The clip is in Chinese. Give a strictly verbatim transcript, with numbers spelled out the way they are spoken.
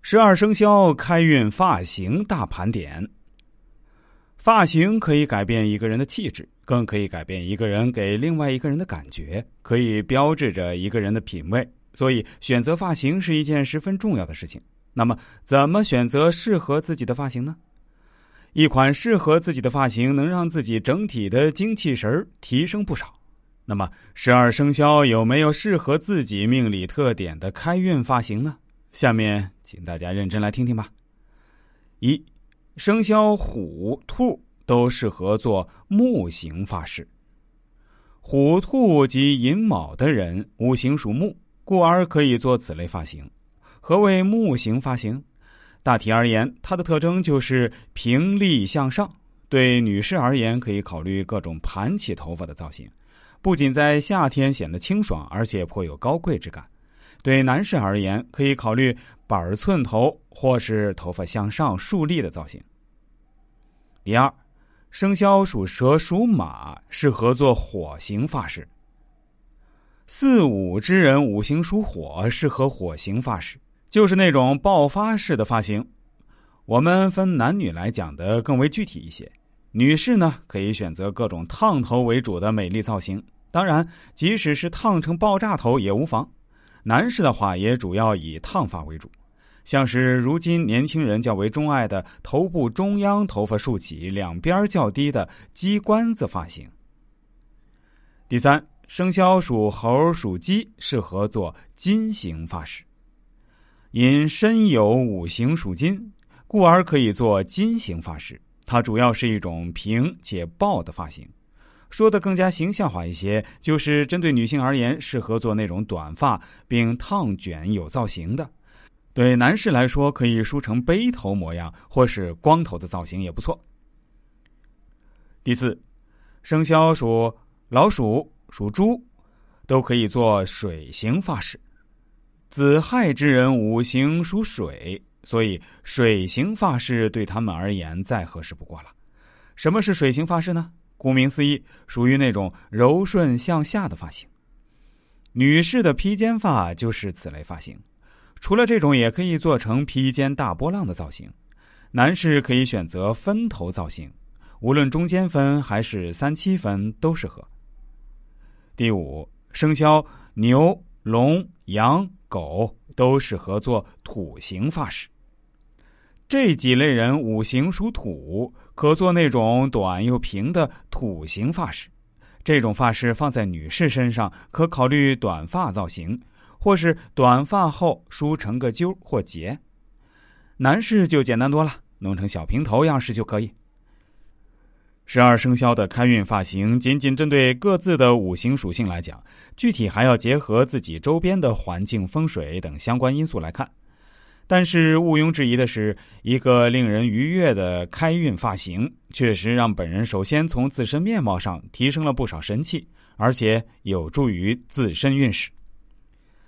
十二生肖开运发型大盘点。发型可以改变一个人的气质，更可以改变一个人给另外一个人的感觉，可以标志着一个人的品味，所以选择发型是一件十分重要的事情。那么怎么选择适合自己的发型呢？一款适合自己的发型能让自己整体的精气神提升不少。那么十二生肖有没有适合自己命理特点的开运发型呢？下面请大家认真来听听吧。一、生肖虎、兔都适合做木型发饰。虎、兔及寅卯的人五行属木，故而可以做此类发型。何谓木型发型？大体而言，它的特征就是平立向上。对女士而言，可以考虑各种盘起头发的造型，不仅在夏天显得清爽，而且颇有高贵之感。对男士而言，可以考虑板寸头或是头发向上竖立的造型。第二，生肖属蛇、属马适合做火型发饰。四五之人五行属火，适合火型发饰，就是那种爆发式的发型。我们分男女来讲的更为具体一些。女士呢，可以选择各种烫头为主的美丽造型，当然即使是烫成爆炸头也无妨。男士的话也主要以烫发为主，像是如今年轻人较为钟爱的头部中央头发竖起，两边较低的鸡冠子发型。第三，生肖属猴、属鸡适合做金型发饰。因申酉五行属金，故而可以做金型发饰，它主要是一种平且爆的发型。说的更加形象化一些，就是针对女性而言，适合做那种短发并烫卷有造型的。对男士来说，可以梳成背头模样或是光头的造型也不错。第四，生肖属老鼠、属猪都可以做水型发饰。子亥之人五行属水，所以水型发饰对他们而言再合适不过了。什么是水型发饰呢？顾名思义，属于那种柔顺向下的发型。女士的披肩发就是此类发型，除了这种也可以做成披肩大波浪的造型。男士可以选择分头造型，无论中间分还是三七分都适合。第五，生肖牛、龙、羊、狗都适合做土型发饰。这几类人五行属土，可做那种短又平的土型发饰。这种发饰放在女士身上，可考虑短发造型，或是短发后梳成个揪或结。男士就简单多了，弄成小平头样式就可以。十二生肖的开运发型仅仅针对各自的五行属性来讲，具体还要结合自己周边的环境、风水等相关因素来看。但是毋庸置疑的是，一个令人愉悦的开运发型确实让本人首先从自身面貌上提升了不少神气，而且有助于自身运势。